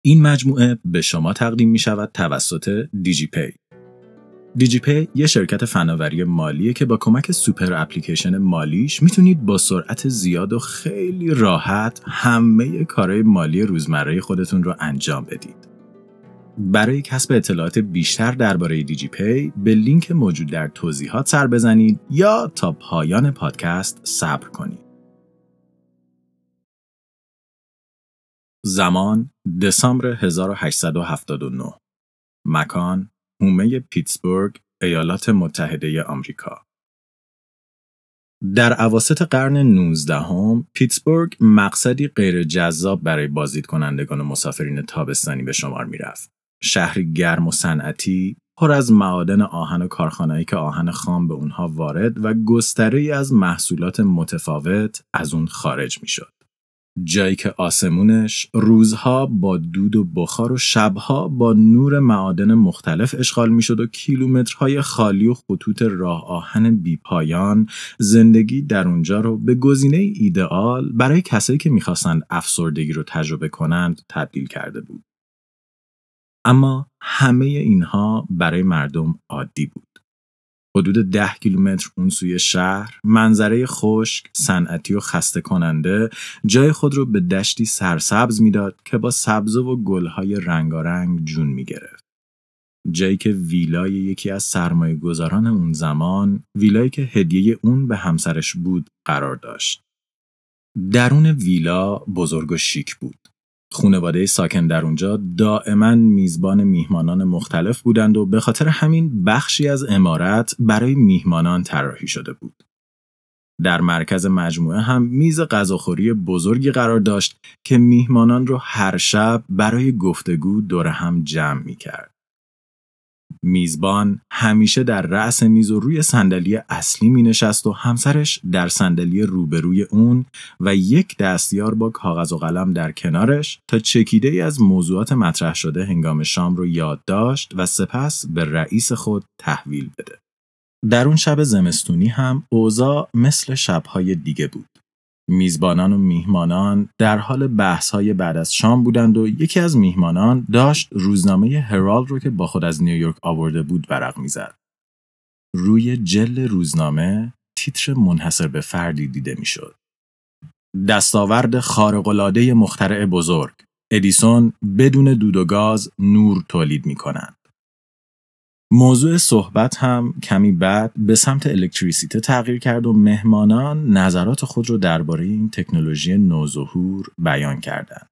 این مجموعه به شما تقدیم می شود توسط دیجیپی. دیجیپی یه شرکت فناوری مالیه که با کمک سوپر اپلیکیشن مالیش میتونید با سرعت زیاد و خیلی راحت همه کارهای مالی روزمره خودتون رو انجام بدید. برای کسب اطلاعات بیشتر درباره دیجیپی به لینک موجود در توضیحات سر بزنید یا تا پایان پادکست صبر کنید. زمان دسامبر 1879. مکان حومه پیتسبورگ، ایالات متحده آمریکا. در اواسط قرن 19 پیتسبورگ مقصدی غیر جذاب برای بازدید کنندگان و مسافرین تابستانی به شمار می رفت. شهری گرم و صنعتی، پر از معادن آهن و کارخانه‌ای که آهن خام به اونها وارد و گستره‌ای از محصولات متفاوت از اون خارج می شد. جایی که آسمونش روزها با دود و بخار و شبها با نور معادن مختلف اشغال می شد و کیلومترهای خالی و خطوط راه آهن بی پایان زندگی در اونجا رو به گزینه ایدئال برای کسایی که می خواستند افسردگی رو تجربه کنند تبدیل کرده بود. اما همه اینها برای مردم عادی بود. حدود 10 کیلومتر اون سوی شهر، منظره خشک، صنعتی و خسته کننده جای خود رو به دشتی سرسبز میداد که با سبزه و گلهای رنگارنگ جون میگرفت. جایی که ویلای یکی از سرمایه‌گذاران اون زمان، ویلایی که هدیه اون به همسرش بود، قرار داشت. درون ویلا بزرگ و شیک بود. خانواده ساکن در اونجا دائما میزبان میهمانان مختلف بودند و به خاطر همین بخشی از عمارت برای میهمانان طراحی شده بود. در مرکز مجموعه هم میز غذاخوری بزرگی قرار داشت که میهمانان رو هر شب برای گفتگو دور هم جمع میکرد. میزبان همیشه در رأس میز و روی صندلی اصلی می نشست و همسرش در صندلی روبروی اون و یک دستیار با کاغذ و قلم در کنارش تا چکیده‌ای از موضوعات مطرح شده هنگام شام رو یادداشت و سپس به رئیس خود تحویل بده. در اون شب زمستونی هم اوضاع مثل شب‌های دیگه بود. میزبانان و میهمانان در حال بحث‌های بعد از شام بودند و یکی از میهمانان داشت روزنامه هرالد رو که با خود از نیویورک آورده بود ورق می‌زد. روی جلد روزنامه تیتر منحصر به فردی دیده می‌شد. دستاورد خارق‌العاده مخترع بزرگ، ادیسون بدون دود و گاز نور تولید می‌کند. موضوع صحبت هم کمی بعد به سمت الکتریسیته تغییر کرد و مهمانان نظرات خود رو درباره این تکنولوژی نوظهور بیان کردند.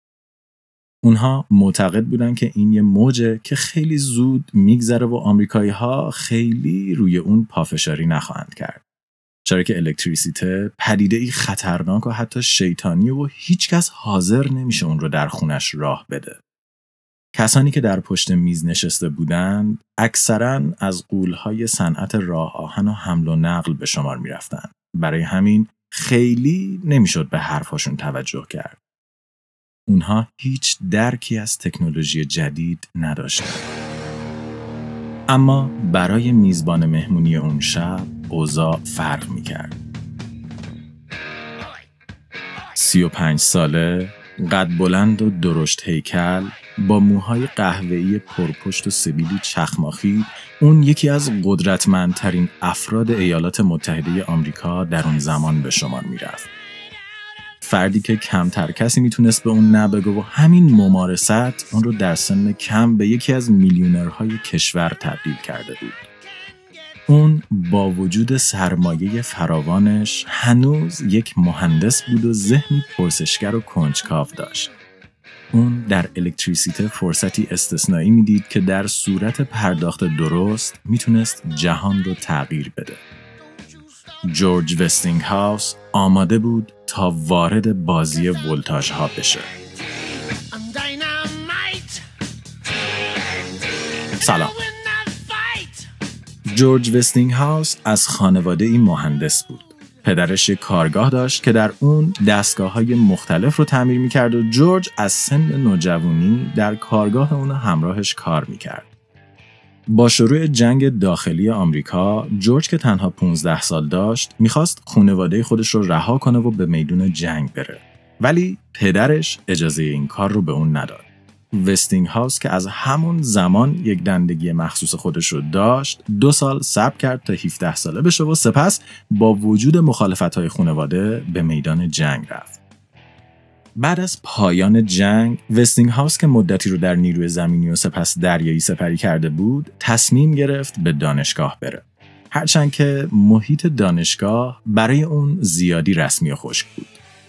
اونها معتقد بودند که این یه موجه که خیلی زود میگذره و آمریکایی‌ها خیلی روی اون پافشاری نخواهند کرد. چرا که الکتریسیته پدیده‌ای خطرناک و حتی شیطانی و هیچکس حاضر نمیشه اون رو در خونش راه بده. کسانی که در پشت میز نشسته بودند، اکثراً از غول‌های صنعت راه آهن و حمل و نقل به شمار می‌رفتند. برای همین خیلی نمیشد به حرفاشون توجه کرد. اونها هیچ درکی از تکنولوژی جدید نداشتند. اما برای میزبان مهمونی اون شب اوضاع فرق می‌کرد. 35 ساله، قد بلند و درشت هیکل، با موهای قهوه‌ای پرپشت و سبیلی چخماخی، اون یکی از قدرتمندترین افراد ایالات متحده آمریکا در اون زمان به شمار میرفت. فردی که کمتر کسی میتونست به اون نبگه و همین ممارست اون رو در سن کم به یکی از میلیونرهای کشور تبدیل کرده بود. اون با وجود سرمایه فراوانش هنوز یک مهندس بود و ذهنی پرسشگر و کنجکاو داشت. اون در الکتریسیته فرصتی استثنایی میدید که در صورت پرداخت درست میتونست جهان رو تغییر بده. جورج وستینگهاوس آماده بود تا وارد بازی ولتاژ ها بشه. سلام. جورج وستینگهاوس از خانواده ای مهندس بود. پدرش یک کارگاه داشت که در اون دستگاه‌های مختلف رو تعمیر می‌کرد و جورج از سن نوجوانی در کارگاه اون همراهش کار می‌کرد. با شروع جنگ داخلی آمریکا، جورج که تنها 15 سال داشت، می‌خواست خانواده خودش رو رها کنه و به میدون جنگ بره. ولی پدرش اجازه این کار رو به اون نداد. وستینگ هاوس که از همون زمان یک دندگی مخصوص خودش رو داشت 2 سال صبر کرد تا 17 ساله بشه و سپس با وجود مخالفت‌های خانواده به میدان جنگ رفت. بعد از پایان جنگ وستینگ هاوس که مدتی رو در نیروی زمینی و سپس دریایی سپری کرده بود تصمیم گرفت به دانشگاه بره. هرچند که محیط دانشگاه برای اون زیادی رسمی و خشک بود.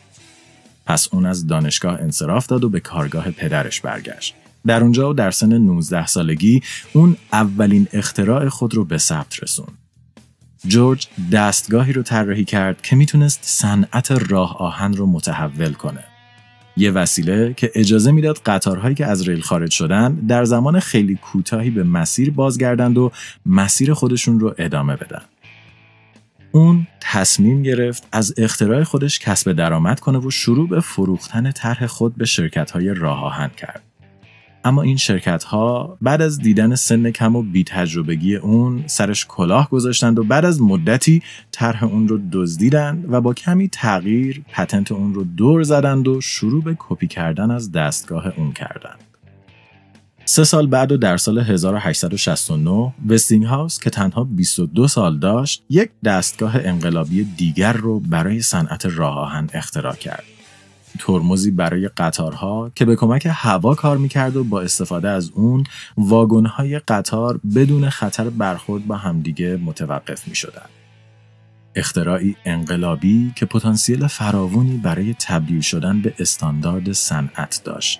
پس اون از دانشگاه انصراف داد و به کارگاه پدرش برگشت. در اونجا و در سن 19 سالگی اون اولین اختراع خود رو به ثبت رسوند. جورج دستگاهی رو طراحی کرد که میتونست صنعت راه آهن رو متحول کنه. یه وسیله که اجازه میداد قطارهایی که از ریل خارج شدن در زمان خیلی کوتاهی به مسیر بازگردند و مسیر خودشون رو ادامه بدن. اون تصمیم گرفت از اختراع خودش کسب درآمد کنه و شروع به فروختن طرح خود به شرکت‌های راه آهن کرد. اما این شرکت‌ها بعد از دیدن سن کم و بی‌تجربگی اون سرش کلاه گذاشتند و بعد از مدتی طرح اون رو دزدیدند و با کمی تغییر پتنت اون رو دور زدند و شروع به کپی کردن از دستگاه اون کردند. 3 سال بعد و در سال 1869 وستینگ هاوس که تنها 22 سال داشت یک دستگاه انقلابی دیگر رو برای صنعت راه آهن اختراع کرد. ترمزی برای قطارها که به کمک هوا کار میکرد و با استفاده از اون واگن‌های قطار بدون خطر برخورد با همدیگه متوقف میشدند. اختراعی انقلابی که پتانسیل فراوانی برای تبدیل شدن به استاندارد صنعت داشت.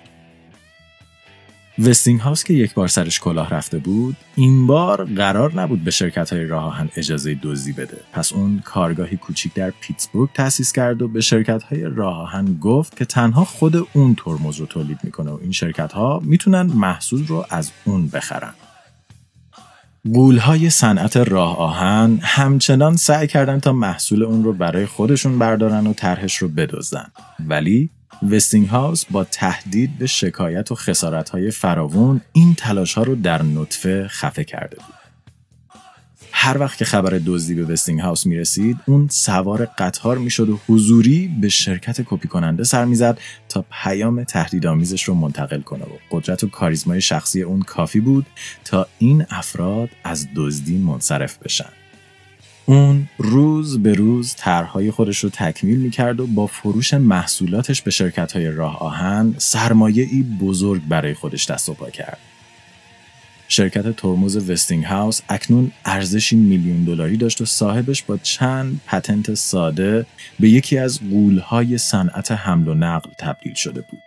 وستینگ هاوس که یک بار سرش کلاه رفته بود، این بار قرار نبود به شرکت‌های راه آهن اجازه دزدی بده. پس اون کارگاهی کوچیک در پیتسبورگ تأسیس کرد و به شرکت‌های راه آهن گفت که تنها خود اون ترمز رو تولید میکنه و این شرکت‌ها میتونن محصول رو از اون بخرن. غول‌های صنعت راه آهن همچنان سعی کردن تا محصول اون رو برای خودشون بردارن و طرحش رو بدزدن. ولی وستینگ هاوس با تهدید به شکایت و خسارت‌های فراوان این تلاش‌ها رو در نطفه خفه کرده بود. هر وقت که خبر دزدی به وستینگ هاوس میرسید، اون سوار قطار میشد و حضوری به شرکت کپی کننده سر میزد تا پیام تهدیدآمیزش رو منتقل کنه و قدرت و کاریزمای شخصی اون کافی بود تا این افراد از دزدی منصرف بشن. اون روز به روز طرح‌های خودش رو تکمیل می‌کرد و با فروش محصولاتش به شرکت‌های راه آهن سرمایه‌ای بزرگ برای خودش دست و پا کرد. شرکت ترمز وستینگ هاوس اکنون ارزشی $1,000,000 داشت و صاحبش با چند پتنت ساده به یکی از غول‌های صنعت حمل و نقل تبدیل شده بود.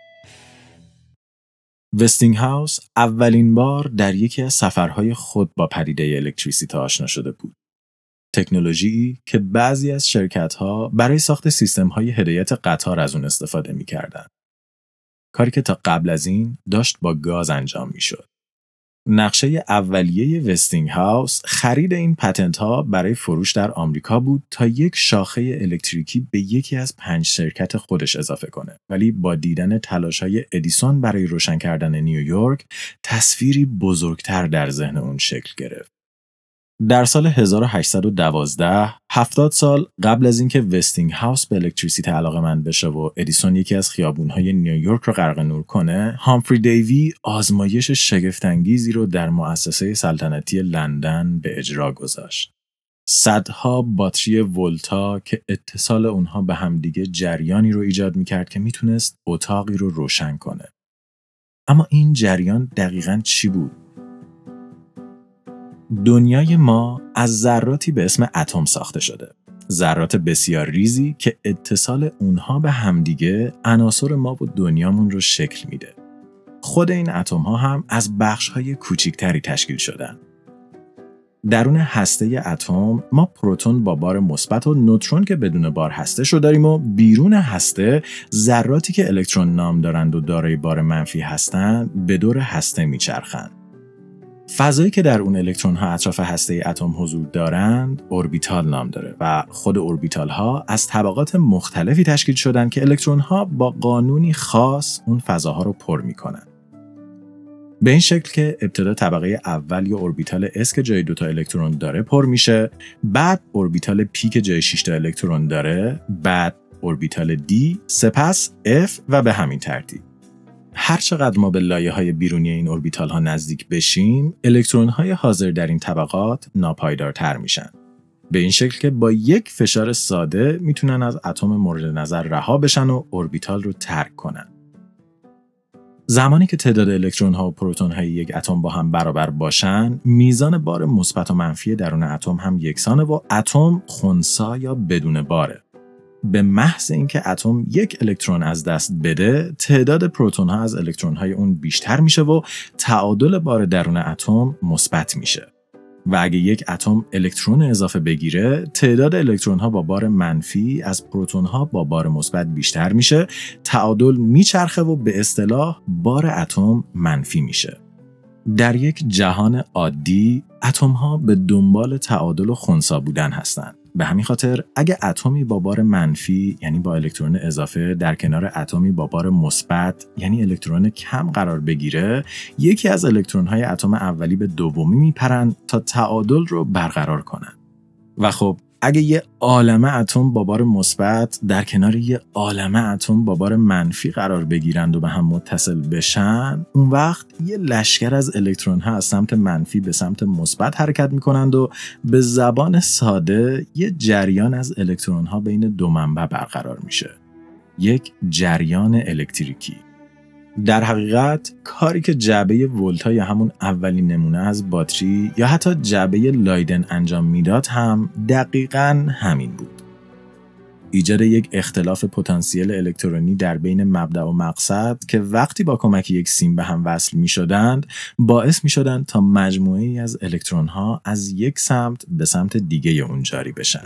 وستینگ هاوس اولین بار در یکی از سفرهای خود با پدیده الکتریسیته آشنا شده بود. تکنولوژی که بعضی از شرکت‌ها برای ساخت سیستم‌های هدایت قطار از اون استفاده می‌کردند. کاری که تا قبل از این داشت با گاز انجام می‌شد. نقشه اولیه وستینگ هاوس خرید این پتنت‌ها برای فروش در آمریکا بود تا یک شاخه الکتریکی به یکی از 5 شرکت خودش اضافه کنه. ولی با دیدن تلاش‌های ادیسون برای روشن کردن نیویورک، تصویری بزرگتر در ذهن اون شکل گرفت. در سال 1812 70 سال قبل از اینکه وستینگ هاوس به الکتریسیته علاقه‌مند بشه و ادیسون یکی از خیابون‌های نیویورک رو غرق نور کنه، هامفری دیوی آزمایش شگفت‌انگیزی رو در مؤسسه سلطنتی لندن به اجرا گذاشت. صدها باتری ولتا که اتصال اونها به همدیگه جریانی رو ایجاد می‌کرد که میتونست اتاقی رو روشن کنه. اما این جریان دقیقاً چی بود؟ دنیای ما از ذراتی به اسم اتم ساخته شده. ذرات بسیار ریزی که اتصال اونها به همدیگه عناصر ما و دنیامون رو شکل میده. خود این اتم ها هم از بخش های کوچیکتری تشکیل شدن. درون هسته اتم ما پروتون با بار مثبت و نوترون که بدون بار هسته‌ش رو داریم و بیرون هسته ذراتی که الکترون نام دارند و دارای بار منفی هستند به دور هسته میچرخند. فضایی که در اون الکترون ها اطراف هسته اتم حضور دارند اوربیتال نام داره و خود اوربیتال ها از طبقات مختلفی تشکیل شدن که الکترون ها با قانونی خاص اون فضاها رو پر میکنن. به این شکل که ابتدا طبقه اول یا اوربیتال S که جای 2 تا الکترون داره پر میشه، بعد اوربیتال P که جای 6 تا الکترون داره، بعد اوربیتال D، سپس F و به همین ترتیب. هر چقدر ما به لایه‌های بیرونی این اوربیتال‌ها نزدیک بشیم، الکترون‌های حاضر در این طبقات ناپایدارتر میشن. به این شکل که با یک فشار ساده میتونن از اتم مورد نظر رها بشن و اوربیتال رو ترک کنن. زمانی که تعداد الکترون‌ها و پروتون‌های یک اتم با هم برابر باشن، میزان بار مثبت و منفی درون اتم هم یکسانه و اتم خنثی یا بدون باره. به محض اینکه اتم یک الکترون از دست بده، تعداد پروتون‌ها از الکترون‌های اون بیشتر میشه و تعادل بار درون اتم مثبت میشه. و اگه یک اتم الکترون اضافه بگیره، تعداد الکترون‌ها با بار منفی از پروتون‌ها با بار مثبت بیشتر میشه، تعادل میچرخه و به اصطلاح بار اتم منفی میشه. در یک جهان عادی، اتم‌ها به دنبال تعادل و خنثی بودن هستند. به همین خاطر اگه اتمی با بار منفی یعنی با الکترون اضافه در کنار اتمی با بار مثبت یعنی الکترون کم قرار بگیره، یکی از الکترون‌های اتم اولی به دومی میپرن تا تعادل رو برقرار کنن. و خب اگه یه عالمه اتم با بار مثبت در کنار یه عالمه اتم با بار منفی قرار بگیرند و به هم متصل بشن، اون وقت یه لشکر از الکترون‌ها از سمت منفی به سمت مثبت حرکت میکنند و به زبان ساده یه جریان از الکترون‌ها بین دو منبع برقرار میشه. یک جریان الکتریکی. در حقیقت کاری که جعبه ولتا یا همون اولین نمونه از باتری یا حتی جعبه لایدن انجام میداد هم دقیقاً همین بود. ایجاد یک اختلاف پتانسیل الکترونی در بین مبدأ و مقصد که وقتی با کمک یک سیم به هم وصل می شدند باعث می شدند تا مجموعه‌ای از الکترون ها از یک سمت به سمت دیگه اون جاری بشن.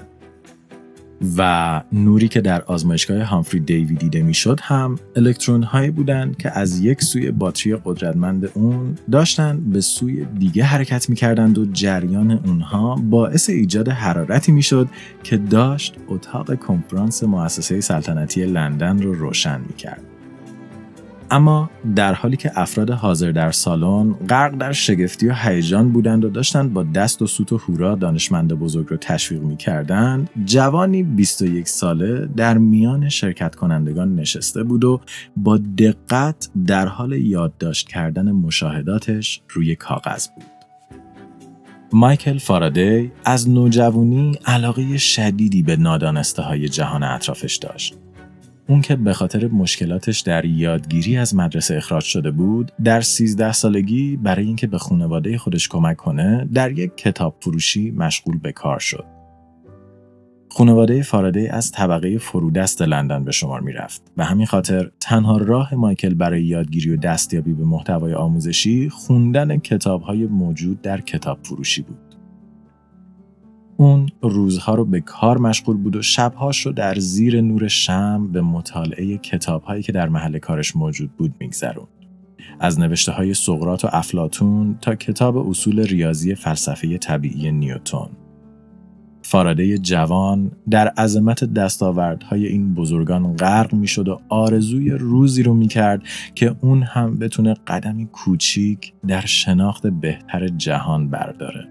و نوری که در آزمایشگاه هامفری دیوی دیده میشد هم الکترون هایی بودند که از یک سوی باتری قدرتمند اون داشتن به سوی دیگه حرکت میکردند و جریان اونها باعث ایجاد حرارتی میشد که داشت اتاق کنفرانس مؤسسه سلطنتی لندن رو روشن میکرد. اما در حالی که افراد حاضر در سالن غرق در شگفتی و هیجان بودند و داشتند با دست و سوت و هورا دانشمند بزرگ رو تشویق می‌کردند، جوانی 21 ساله در میان شرکت کنندگان نشسته بود و با دقت در حال یادداشت کردن مشاهداتش روی کاغذ بود. مایکل فارادی از نوجوانی علاقه شدیدی به نادانسته‌های جهان اطرافش داشت. اون که به خاطر مشکلاتش در یادگیری از مدرسه اخراج شده بود، در 13 سالگی برای اینکه به خانواده خودش کمک کنه، در یک کتاب فروشی مشغول به کار شد. خانواده فارادی از طبقه فرودست لندن به شمار می رفت و همین خاطر تنها راه مایکل برای یادگیری و دستیابی به محتوای آموزشی خوندن کتاب‌های موجود در کتاب فروشی بود. اون روزها رو به کار مشغول بود و شبهاش رو در زیر نور شمع به مطالعه کتاب‌هایی که در محل کارش موجود بود می‌گذروند. از نوشته‌های سقراط و افلاطون تا کتاب اصول ریاضی فلسفه طبیعی نیوتن. فارادی جوان در عظمت دستاوردهای این بزرگان غرق می‌شد و آرزوی روزی رو می‌کرد که اون هم بتونه قدمی کوچیک در شناخت بهتر جهان برداره.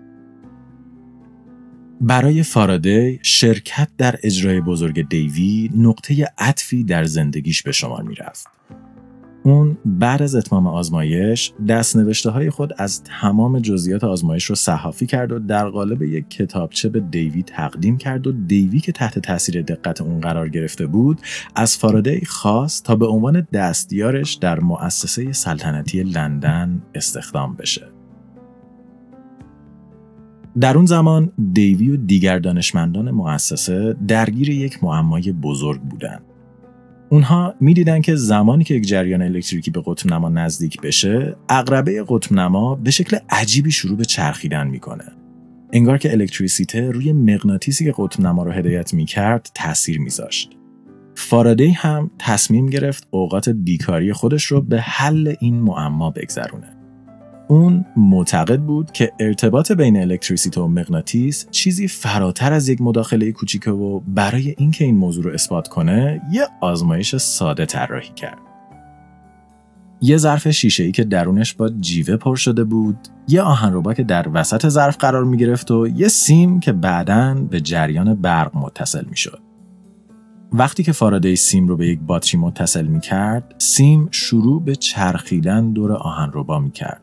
برای فارادی شرکت در اجرای بزرگ دیوی نقطه عطفی در زندگیش به شمار می رفت. اون بعد از اتمام آزمایش دست‌نوشته‌های خود از تمام جزئیات آزمایش رو صحافی کرد و در قالب یک کتابچه به دیوی تقدیم کرد و دیوی که تحت تاثیر دقت اون قرار گرفته بود از فارادی خواست تا به عنوان دستیارش در مؤسسه سلطنتی لندن استخدام بشه. در اون زمان دیوی و دیگر دانشمندان مؤسسه درگیر یک معمای بزرگ بودند. اونها می‌دیدن که زمانی که یک جریان الکتریکی به قطب نما نزدیک بشه، عقربه قطب نما به شکل عجیبی شروع به چرخیدن میکنه. انگار که الکتریسیته روی مغناطیسی که قطب نما رو هدایت میکرد تأثیر میذاشت. فارادی هم تصمیم گرفت اوقات بیکاری خودش رو به حل این معما بگذرونه. اون معتقد بود که ارتباط بین الکتریسیته و مغناطیس چیزی فراتر از یک مداخله کوچیکه و برای اینکه این موضوع رو اثبات کنه یه آزمایش ساده طراحی کرد. یه ظرف شیشه‌ای که درونش با جیوه پر شده بود، یه آهنربا که در وسط ظرف قرار می‌گرفت و یه سیم که بعداً به جریان برق متصل می‌شد. وقتی که فارادی سیم رو به یک باتری متصل می‌کرد، سیم شروع به چرخیدن دور آهنربا می‌کرد.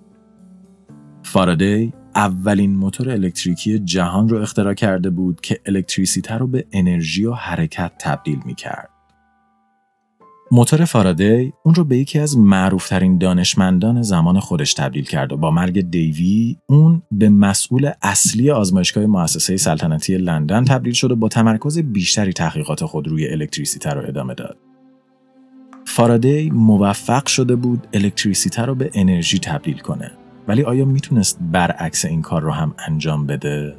فارادی اولین موتور الکتریکی جهان رو اختراع کرده بود که الکتریسیته رو به انرژی و حرکت تبدیل می‌کرد. موتور فارادی اون رو به یکی از معروف‌ترین دانشمندان زمان خودش تبدیل کرد و با مرگ دیوی اون به مسئول اصلی آزمایشگاه مؤسسه سلطنتی لندن تبدیل شد و با تمرکز بیشتری تحقیقات خود روی الکتریسیته رو ادامه داد. فارادی موفق شده بود الکتریسیته رو به انرژی تبدیل کنه، ولی آیا میتونست برعکس این کار رو هم انجام بده؟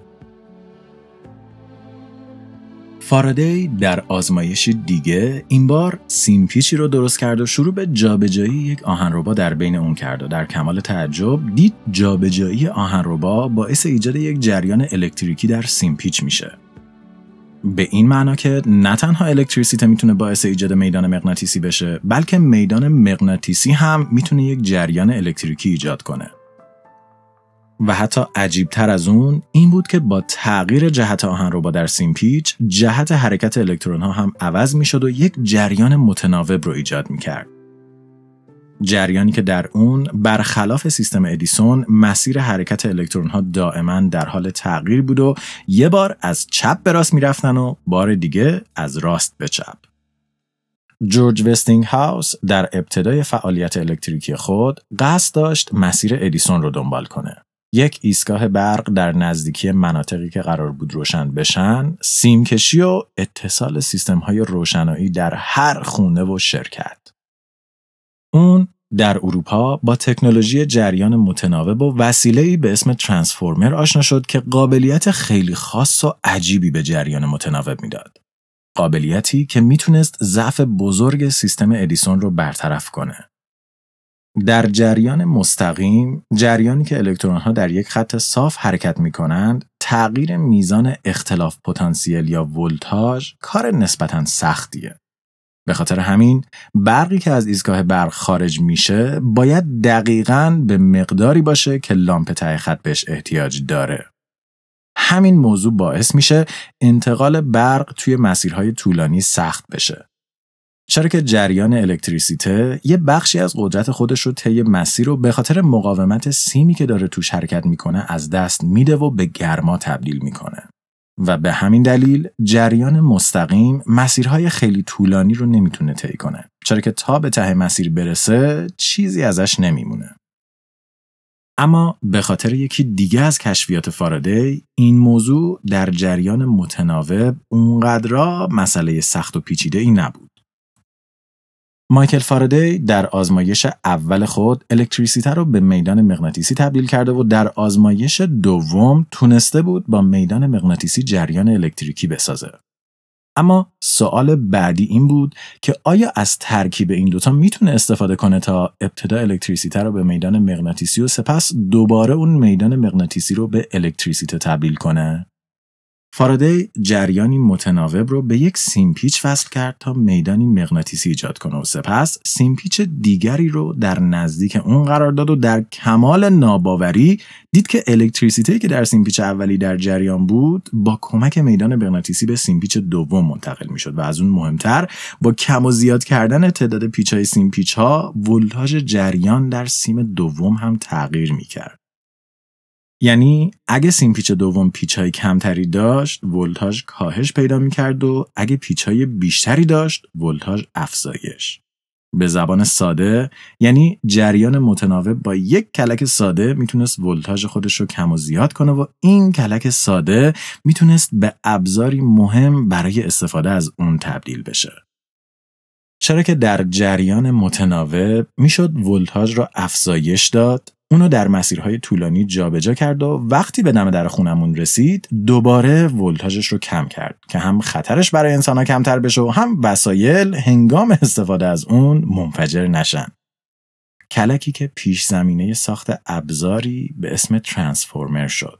فارادی در آزمایشی دیگه این بار سیمپیچی رو درست کرد و شروع به جابجایی یک آهنربا در بین اون کرد و در کمال تعجب دید جابجایی آهنربا باعث ایجاد یک جریان الکتریکی در سیمپیچ میشه. به این معنا که نه تنها الکتریسیته میتونه باعث ایجاد میدان مغناطیسی بشه، بلکه میدان مغناطیسی هم میتونه یک جریان الکتریکی ایجاد کنه. و حتی عجیبتر از اون این بود که با تغییر جهت آهنربا در سیمپیچ، جهت حرکت الکترون ها هم عوض می شد و یک جریان متناوب رو ایجاد می کرد. جریانی که در اون برخلاف سیستم ادیسون مسیر حرکت الکترون ها دائما در حال تغییر بود و یه بار از چپ به راست می رفتن و بار دیگه از راست به چپ. جورج وستینگهاوس در ابتدای فعالیت الکتریکی خود قصد داشت مسیر ادیسون رو دنبال کنه. یک ایستگاه برق در نزدیکی مناطقی که قرار بود روشن بشن، سیمکشی و اتصال سیستم‌های روشنایی در هر خونه و شرکت. اون در اروپا با تکنولوژی جریان متناوب و وسیله‌ای به اسم ترانسفورمر آشنا شد که قابلیت خیلی خاص و عجیبی به جریان متناوب میداد. قابلیتی که میتونست ضعف بزرگ سیستم ادیسون رو برطرف کنه. در جریان مستقیم، جریانی که الکترون‌ها در یک خط صاف حرکت می‌کنند، تغییر میزان اختلاف پتانسیل یا ولتاژ کار نسبتاً سختیه. به خاطر همین، برقی که از ایستگاه برق خارج میشه، باید دقیقاً به مقداری باشه که لامپ ته خط بهش احتیاج داره. همین موضوع باعث میشه انتقال برق توی مسیرهای طولانی سخت بشه. چرا که جریان الکتریسیته یه بخشی از قدرت خودش رو طی مسیر رو به خاطر مقاومت سیمی که داره توش حرکت میکنه از دست میده و به گرما تبدیل میکنه. و به همین دلیل جریان مستقیم مسیرهای خیلی طولانی رو نمیتونه طی کنه. چرا که تا به ته مسیر برسه چیزی ازش نمیمونه. اما به خاطر یکی دیگه از کشفیات فارادی، این موضوع در جریان متناوب اونقدرا مسئله سخت و پیچیده‌ای نبود. مایکل فارادی در آزمایش اول خود الکتریسیته رو به میدان مغناطیسی تبدیل کرده و در آزمایش دوم تونسته بود با میدان مغناطیسی جریان الکتریکی بسازه. اما سوال بعدی این بود که آیا از ترکیب این دوتا میتونه استفاده کنه تا ابتدا الکتریسیته رو به میدان مغناطیسی و سپس دوباره اون میدان مغناطیسی رو به الکتریسیته تبدیل کنه؟ فارادی جریانی متناوب رو به یک سیمپیچ وصل کرد تا میدانی مغناطیسی ایجاد کنه و سپس سیمپیچ دیگری رو در نزدیک اون قرار داد و در کمال ناباوری دید که الکتریسیته که در سیمپیچ اولی در جریان بود با کمک میدان مغناطیسی به سیمپیچ دوم منتقل میشد و از اون مهمتر با کم و زیاد کردن تعداد پیچ‌های سیمپیچ‌ها ولتاژ جریان در سیم دوم هم تغییر میکرد. یعنی اگه سیمپیچ دوم پیچ‌های کمتری داشت، ولتاژ کاهش پیدا می‌کرد و اگه پیچ‌های بیشتری داشت، ولتاژ افزایش. به زبان ساده، یعنی جریان متناوب با یک کلک ساده میتونست ولتاژ خودش رو کم و زیاد کنه و این کلک ساده میتونست به ابزاری مهم برای استفاده از اون تبدیل بشه. چرا که در جریان متناوب میشد ولتاژ رو افزایش داد، اونو در مسیرهای طولانی جابجا کرد و وقتی به دم در خونمون رسید دوباره ولتاژش رو کم کرد که هم خطرش برای انسان‌ها کمتر بشه و هم وسایل هنگام استفاده از اون منفجر نشن. کلکی که پیش زمینه ساخت ابزاری به اسم ترانسفورمر شد.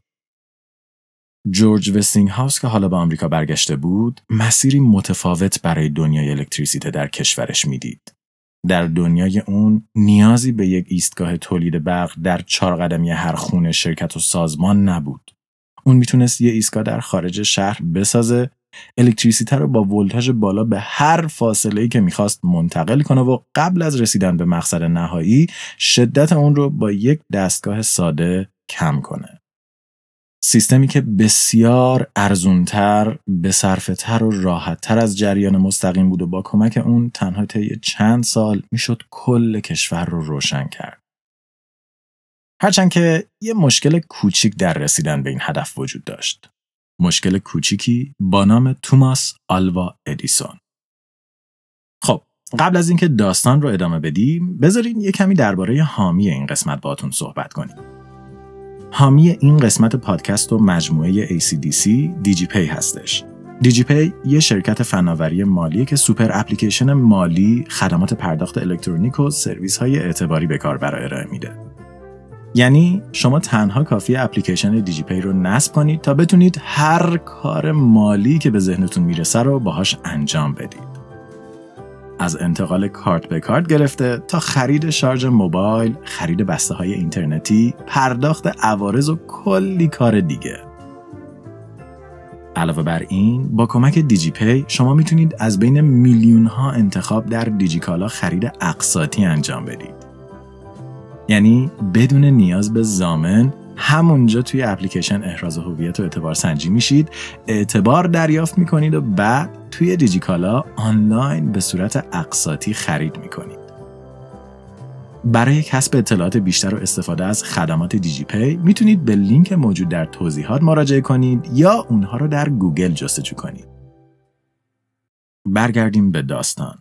جورج وستینگهاوس که حالا به آمریکا برگشته بود، مسیری متفاوت برای دنیای الکتریسیته در کشورش میدید. در دنیای اون نیازی به یک ایستگاه تولید برق در 4 قدمی هر خونه شرکت و سازمان نبود. اون میتونست یه ایستگاه در خارج شهر بسازه، الکتریسیته رو با ولتاژ بالا به هر فاصله‌ای که میخواست منتقل کنه و قبل از رسیدن به مقصد نهایی شدت اون رو با یک دستگاه ساده کم کنه. سیستمی که بسیار ارزونتر، بصرفه‌تر و راحت‌تر از جریان مستقیم بود و با کمک اون تنها طی چند سال میشد کل کشور رو روشن کرد. هرچند که یه مشکل کوچیک در رسیدن به این هدف وجود داشت. مشکل کوچیکی با نام توماس آلوا ادیسون. خب، قبل از اینکه داستان رو ادامه بدیم، بذارین یه کمی درباره حامی این قسمت باهاتون صحبت کنیم. حامی این قسمت پادکست و مجموعه ACDC دیجیپی هستش. دیجیپی یه شرکت فناوری مالیه که سوپر اپلیکیشن مالی، خدمات پرداخت الکترونیک و سرویس‌های اعتباری به کاربر ارائه میده. یعنی شما تنها کافیه اپلیکیشن دیجیپی رو نصب کنید تا بتونید هر کار مالی که به ذهنتون میرسه رو باهاش انجام بدید. از انتقال کارت به کارت گرفته تا خرید شارژ موبایل، خرید بسته‌های اینترنتی، پرداخت عوارض و کلی کار دیگه. علاوه بر این، با کمک دیجیپی شما میتونید از بین میلیون‌ها انتخاب در دیجیکالا خرید اقساطی انجام بدید. یعنی بدون نیاز به ضامن همونجا توی اپلیکیشن احراز هویت و اعتبار سنجی میشید، اعتبار دریافت میکنید و بعد توی دیجیکالا آنلاین به صورت اقساطی خرید میکنید. برای کسب اطلاعات بیشتر و استفاده از خدمات دیجیپی میتونید به لینک موجود در توضیحات مراجعه کنید یا اونها رو در گوگل جستجو کنید. برگردیم به داستان.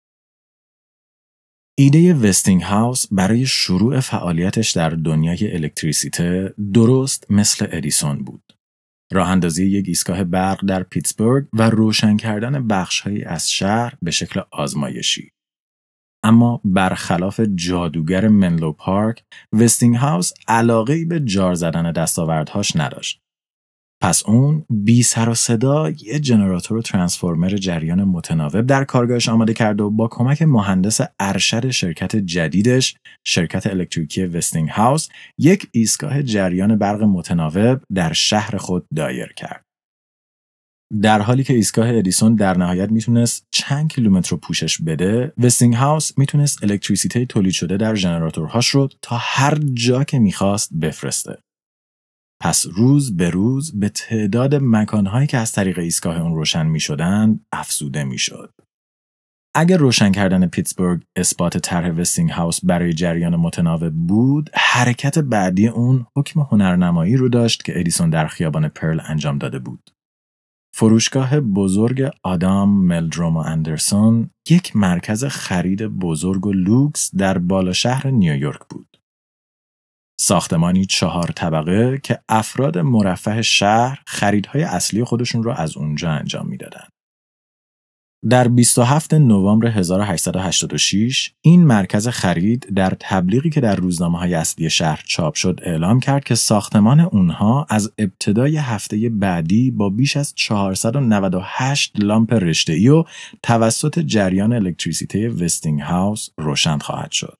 ایده وستینگهاوس برای شروع فعالیتش در دنیای الکتریسیته درست مثل ادیسون بود. راه اندازی یک ایستگاه برق در پیتسبورگ و روشن کردن بخش‌هایی از شهر به شکل آزمایشی. اما برخلاف جادوگر منلو پارک، وستینگهاوس علاقه‌ای به جار زدن دستاوردهاش نداشت. پس اون بی سر و صدا یه جنراتور و ترانسفورمر جریان متناوب در کارگاهش آماده کرد و با کمک مهندس ارشد شرکت جدیدش، شرکت الکتریکی وستینگهاوس، یک ایستگاه جریان برق متناوب در شهر خود دایر کرد. در حالی که ایستگاه ادیسون در نهایت میتونست چند کیلومتر رو پوشش بده، وستینگهاوس میتونست الکتریسیته تولید شده در ژنراتورهاش رو تا هر جا که میخواست بفرسته. پس روز به روز به تعداد مکانهایی که از طریق ایستگاه اون روشن میشدند افزوده میشد. اگر روشن کردن پیتسبورگ اثبات طرح وستینگهاوس برای جریان متناوب بود، حرکت بعدی اون حکم هنرنمایی رو داشت که ادیسون در خیابان پرل انجام داده بود. فروشگاه بزرگ آدام، ملدروم و اندرسون یک مرکز خرید بزرگ و لوکس در بالا شهر نیویورک بود. ساختمانی 4 طبقه که افراد مرفه شهر خریدهای اصلی خودشون رو از اونجا انجام میدادن. در 27 نوامبر 1886 این مرکز خرید در تبلیغی که در روزنامه‌های اصلی شهر چاپ شد اعلام کرد که ساختمان اونها از ابتدای هفته بعدی با بیش از 498 لامپ رشته‌ای و توسط جریان الکتریسیته وستینگهاوس روشن خواهد شد.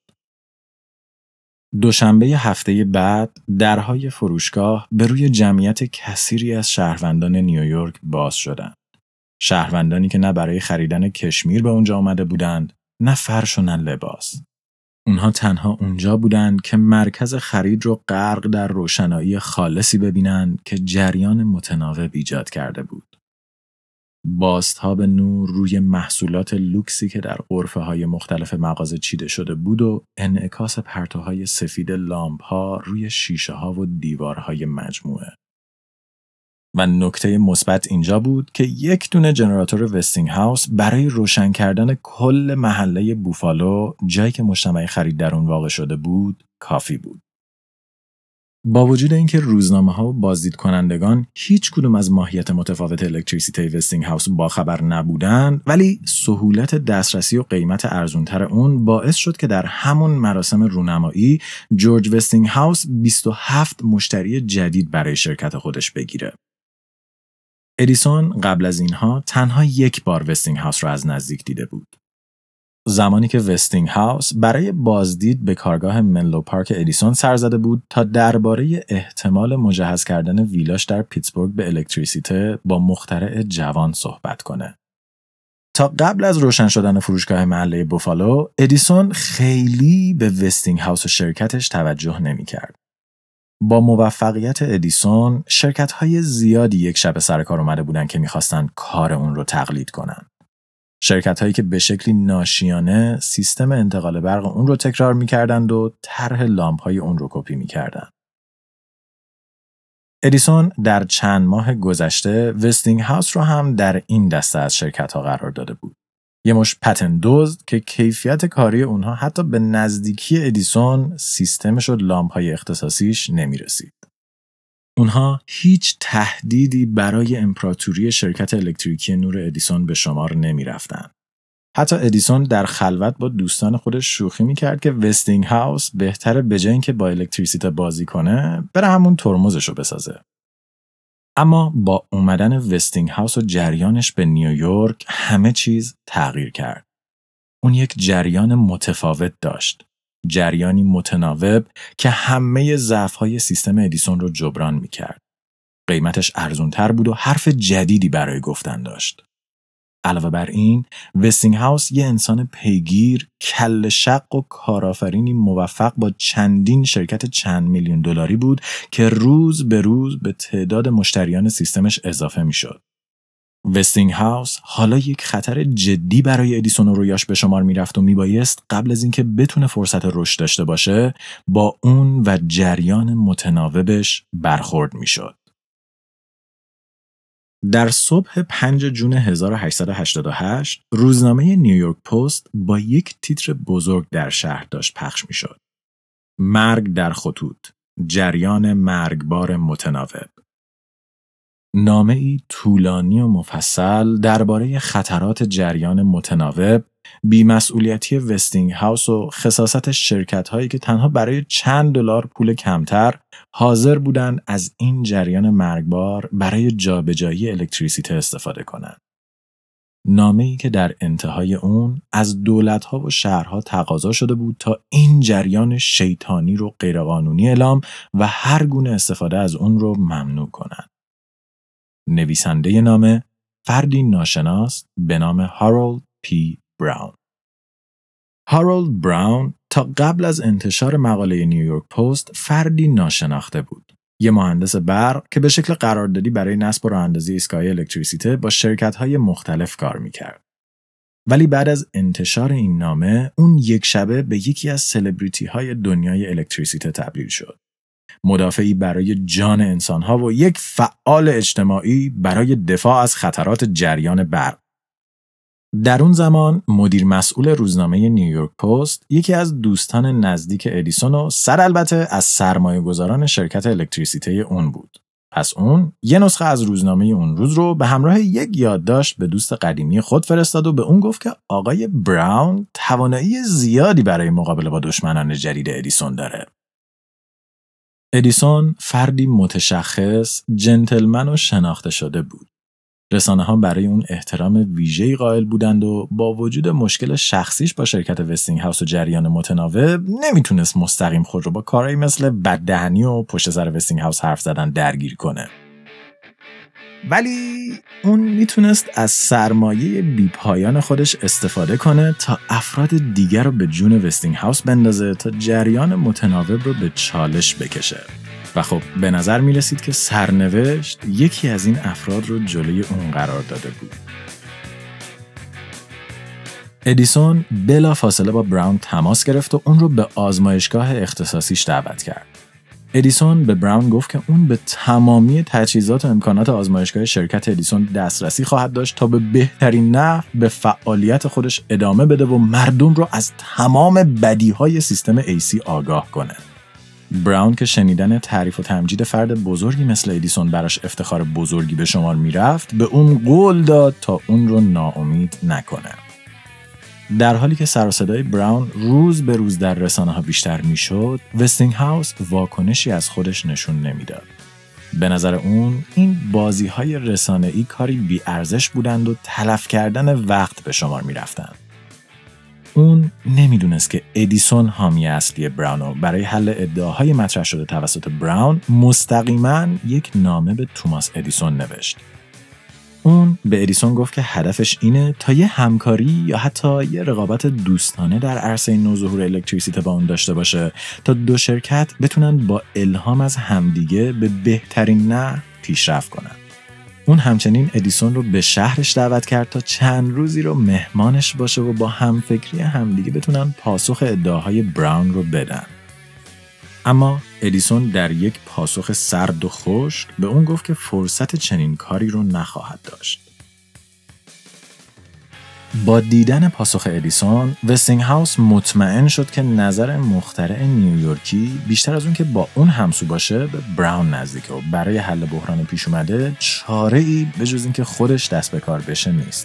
دوشنبه هفته بعد درهای فروشگاه به روی جمعیت کثیری از شهروندان نیویورک باز شدند. شهروندانی که نه برای خریدن کشمیر به اونجا آمده بودند، نه فرش و نه لباس. اونها تنها اونجا بودند که مرکز خرید رو غرق در روشنایی خالصی ببینند که جریان متناوب ایجاد کرده بود. بازتاب نور روی محصولات لوکسی که در غرفه‌های مختلف مغازه چیده شده بود و انعکاس پرتوهای سفید لامپ‌ها روی شیشه‌ها و دیوارهای مجموعه. و نکته مثبت اینجا بود که یک دونه جنراتور وستینگهاوس برای روشن کردن کل محله بوفالو، جایی که مجتمع خرید در اون واقع شده بود، کافی بود. با وجود اینکه روزنامه‌ها و بازدید کنندگان هیچ کدوم از ماهیت متفاوت الکتریسیته وستینگهاوس باخبر نبودند، ولی سهولت دسترسی و قیمت ارزان‌تر اون باعث شد که در همون مراسم رونمایی جورج وستینگهاوس 27 مشتری جدید برای شرکت خودش بگیره. ادیسون قبل از اینها تنها یک بار وستینگهاوس را از نزدیک دیده بود. زمانی که وستینگ هاوس برای بازدید به کارگاه منلو پارک ادیسون سر زده بود تا درباره احتمال مجهز کردن ویلاش در پیتسبورگ به الکتریسیته با مخترع جوان صحبت کنه. تا قبل از روشن شدن فروشگاه محله بوفالو، ادیسون خیلی به وستینگ هاوس و شرکتش توجه نمی‌کرد. با موفقیت ادیسون، شرکت‌های زیادی یک شب سر کار اومده بودن که می‌خواستن کار اون رو تقلید کنن. شرکت‌هایی که به شکلی ناشیانه سیستم انتقال برق اون رو تکرار می‌کردند و طرح لامپ‌های اون رو کپی می‌کردند. ادیسون در چند ماه گذشته وستینگ هاوس رو هم در این دسته از شرکت‌ها قرار داده بود. یه مش پتن دزد که کیفیت کاری اونها حتی به نزدیکی ادیسون سیستمش و لامپ‌های اختصاصیش نمی‌رسید. اونها هیچ تهدیدی برای امپراتوری شرکت الکتریکی نور ادیسون به شمار نمی‌رفتن. حتی ادیسون در خلوت با دوستان خودش شوخی می‌کرد که وستینگ هاوس بهتره به جای اینکه با الکتریسیته بازی کنه، بره همون ترمزشو بسازه. اما با اومدن وستینگ هاوس و جریانش به نیویورک همه چیز تغییر کرد. اون یک جریان متفاوت داشت. جریانی متناوب که همه ضعف‌های سیستم ادیسون رو جبران می‌کرد. قیمتش ارزان‌تر بود و حرف جدیدی برای گفتن داشت. علاوه بر این، وستینگ هاوس یه انسان پیگیر، کله شق و کارآفرینی موفق با چندین شرکت چند میلیون دلاری بود که روز به روز به تعداد مشتریان سیستمش اضافه میشد. وستینگ هاوس حالا یک خطر جدی برای ادیسون و رویاش به شمار میرفت و میبایست قبل از اینکه بتونه فرصت رشد داشته باشه با اون و جریان متناوبش برخورد میشد. در صبح 5 جون 1888 روزنامه نیویورک پست با یک تیتر بزرگ در شهر داشت پخش میشد. مرگ در خطوط، جریان مرگبار متناوب. نامه‌ای طولانی و مفصل درباره خطرات جریان متناوب، بی‌مسئولیتی وستینگ هاوس و خساست شرکت‌هایی که تنها برای چند دلار پول کمتر حاضر بودند از این جریان مرگبار برای جابجایی الکتریسیته استفاده کنند. نامه‌ای که در انتهای اون از دولت‌ها و شهرها تقاضا شده بود تا این جریان شیطانی رو غیرقانونی اعلام و هر گونه استفاده از اون رو ممنوع کنند. نویسنده نامه فردی ناشناس به نام هارولد پی براون. هارولد براون تا قبل از انتشار مقاله نیویورک پست فردی ناشناخته بود. یه مهندس برق که به شکل قراردادی برای نصب و راه‌اندازی ایستگاه الکتریسیته با شرکت‌های مختلف کار می‌کرد. ولی بعد از انتشار این نامه، اون یک شبه به یکی از سلبریتی‌های دنیای الکتریسیته تبدیل شد. مدافعی برای جان انسان‌ها و یک فعال اجتماعی برای دفاع از خطرات جریان برق. در اون زمان مدیر مسئول روزنامه نیویورک پست یکی از دوستان نزدیک ادیسون و البته از سرمایه‌گذاران شرکت الکتریسیته اون بود. پس اون یه نسخه از روزنامه اون روز رو به همراه یک یادداشت به دوست قدیمی خود فرستاد و به اون گفت که آقای براون توانایی زیادی برای مقابله با دشمنان جدید ادیسون داره. ادیسون فردی متشخص، جنتلمن و شناخته شده بود. رسانه‌ها برای اون احترام ویژه‌ای قائل بودند و با وجود مشکل شخصیش با شرکت وستینگ هاوس و جریان متناوب نمیتونست مستقیم خود رو با کارهایی مثل بددهنی و پشت سر وستینگ هاوس حرف زدن درگیر کنه. ولی اون میتونست از سرمایه بیپایان خودش استفاده کنه تا افراد دیگر رو به جون وستینگ هاوس بندازه تا جریان متناوب رو به چالش بکشه. و خب به نظر می رسید که سرنوشت یکی از این افراد رو جلوی اون قرار داده بود. ادیسون بلا فاصله با براون تماس گرفت و اون رو به آزمایشگاه اختصاصیش دعوت کرد. ادیسون به براون گفت که اون به تمامی تجهیزات و امکانات آزمایشگاه شرکت ادیسون دسترسی خواهد داشت تا به بهترین نحو به فعالیت خودش ادامه بده و مردم رو از تمام بدیهای سیستم AC آگاه کنه. براون که شنیدن تعریف و تمجید فرد بزرگی مثل ادیسون براش افتخار بزرگی به شمار میرفت، به اون قول داد تا اون رو ناامید نکنه. در حالی که سر و صدای براون روز به روز در رسانه‌ها بیشتر میشد، وستینگ هاوس واکنشی از خودش نشون نمیداد. به نظر اون این بازی‌های رسانه‌ای کاری بی‌ارزش بودند و تلف کردن وقت به شمار میرفتند. اون نمیدونست که ادیسون حامی اصلی براون برای حل ادعاهای مطرح شده توسط براون مستقیما یک نامه به توماس ادیسون نوشت. اون به ادیسون گفت که هدفش اینه تا یه همکاری یا حتی یه رقابت دوستانه در عرصه نوظهور الکتریسیته با اون داشته باشه تا دو شرکت بتونن با الهام از همدیگه به بهترین نحو پیشرفت کنن. اون همچنین ادیسون رو به شهرش دعوت کرد تا چند روزی رو مهمانش باشه و با همفکری همدیگه بتونن پاسخ ادعاهای براون رو بدن. اما ادیسون در یک پاسخ سرد و خشک به اون گفت که فرصت چنین کاری رو نخواهد داشت. با دیدن پاسخ ادیسون، وستینگهاوس مطمئن شد که نظر مخترع نیویورکی بیشتر از اون که با اون همسو باشه به براون نزدیکه و برای حل بحران پیش اومده چاره‌ای به جز این که خودش دست به کار بشه نیست.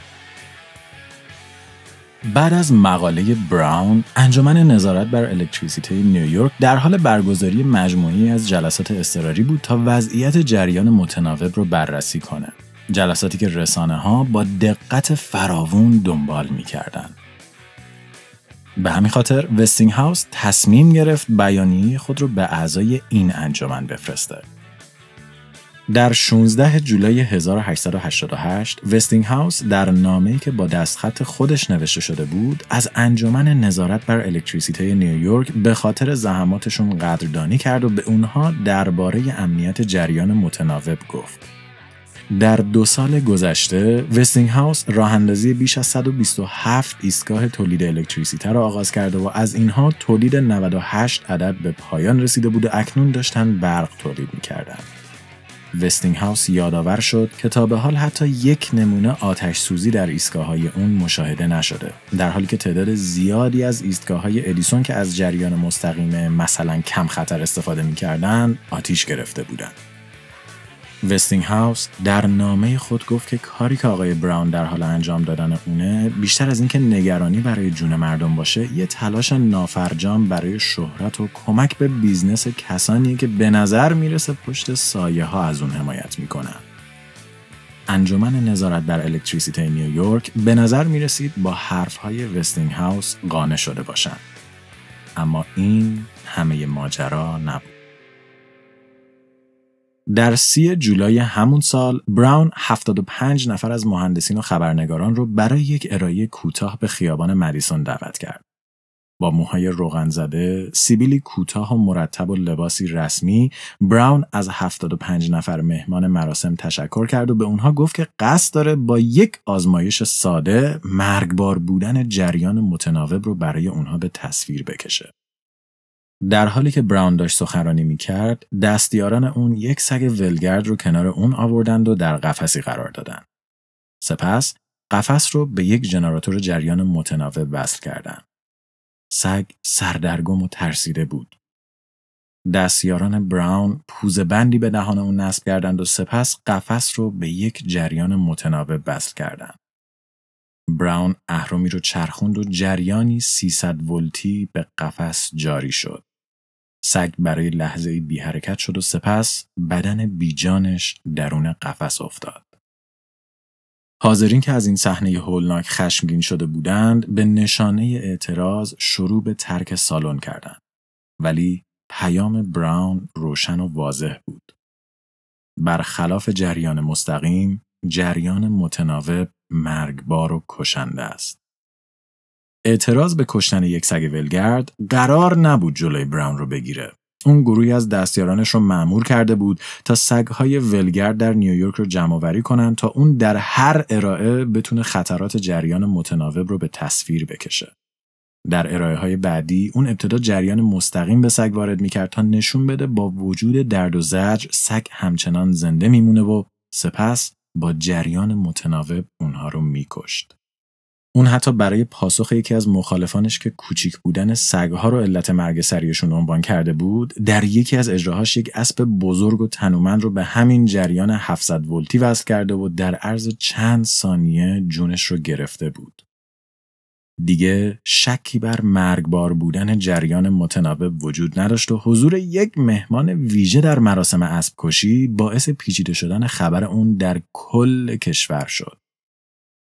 بعد از مقاله براون، انجمن نظارت بر الکتریسیته نیویورک در حال برگزاری مجموعی از جلسات اضطراری بود تا وضعیت جریان متناوب رو بررسی کنه. جلساتی که رسانه‌ها با دقت فراوون دنبال می‌کردند. به همین خاطر وستینگهاوس تصمیم گرفت بیانیه خود رو به اعضای این انجمن بفرسته. در 16 جولای 1888 وستینگهاوس در نامه‌ای که با دستخط خودش نوشته شده بود از انجمن نظارت بر الکتریسیته نیویورک به خاطر زحماتشون قدردانی کرد و به اونها درباره امنیت جریان متناوب گفت. در 2 سال گذشته وستینگهاوس راه‌اندازی بیش از 127 ایستگاه تولید الکتریسیته را آغاز کرده و از اینها تولید 98 عدد به پایان رسیده بود و اکنون داشتن برق تولید می‌کردند. وستینگهاوس یادآور شد که تا به حال حتی یک نمونه آتش سوزی در ایستگاه‌های اون مشاهده نشده، در حالی که تعداد زیادی از ایستگاه‌های ادیسون که از جریان مستقیم مثلا کم خطر استفاده می‌کردند آتش گرفته بودند. وستینگهاوس در نامه خود گفت که کاری که آقای براون در حال انجام دادن اونه بیشتر از اینکه نگرانی برای جون مردم باشه، یه تلاش نافرجام برای شهرت و کمک به بیزنس کسانیه که به نظر میرسه پشت سایه ها از اون حمایت میکنن. انجمن نظارت بر الکتریسیته نیویورک به نظر میرسید با حرفهای وستینگهاوس قانع شده باشن. اما این همه ماجرا نبود. در 30 جولای همون سال، براون 75 نفر از مهندسین و خبرنگاران رو برای یک ارائه کوتاه به خیابان مدیسون دعوت کرد. با موهای روغن زده، سیبیلی کوتاه و مرتب و لباسی رسمی، براون از 75 نفر مهمان مراسم تشکر کرد و به اونها گفت که قصد داره با یک آزمایش ساده مرگبار بودن جریان متناوب رو برای اونها به تصویر بکشه. در حالی که براون داشت سخنرانی می‌کرد، دستیاران اون یک سگ ولگرد رو کنار اون آوردند و در قفسی قرار دادند. سپس قفس رو به یک ژنراتور جریان متناوب وصل کردند. سگ سردرگم و ترسیده بود. دستیاران براون پوزه بندی به دهان اون نصب کردند و سپس قفس رو به یک جریان متناوب وصل کردند. براون اهرمی رو چرخوند و جریانی 300 ولتی به قفس جاری شد. سگ برای لحظه‌ای بی حرکت شد و سپس بدن بیجانش درون قفس افتاد. حاضرین که از این صحنه هولناک خشمگین شده بودند به نشانه اعتراض شروع به ترک سالن کردند. ولی پیام براون روشن و واضح بود. برخلاف جریان مستقیم، جریان متناوب مرگبار و کشنده است. اعتراض به کشتن یک سگ ولگرد قرار نبود جلوی براون رو بگیره. اون گروهی از دستیارانش رو مأمور کرده بود تا سگ‌های ولگرد در نیویورک رو جمع‌آوری کنن تا اون در هر ارائه بتونه خطرات جریان متناوب رو به تصویر بکشه. در ارائه‌های بعدی اون ابتدا جریان مستقیم به سگ وارد می‌کرد تا نشون بده با وجود درد و زجر سگ همچنان زنده میمونه و سپس با جریان متناوب اونها رو می‌کشت. اون حتی برای پاسخ یکی از مخالفانش که کوچیک بودن سگ‌ها رو علت مرگ سریعشون عنوان کرده بود، در یکی از اجراهاش یک اسب بزرگ و تنومند رو به همین جریان 700 ولتی وصل کرده و در عرض چند ثانیه جونش رو گرفته بود. دیگه شکی بر مرگبار بودن جریان متناوب وجود نداشت و حضور یک مهمان ویژه در مراسم اسب کشی باعث پیچیده شدن خبر اون در کل کشور شد.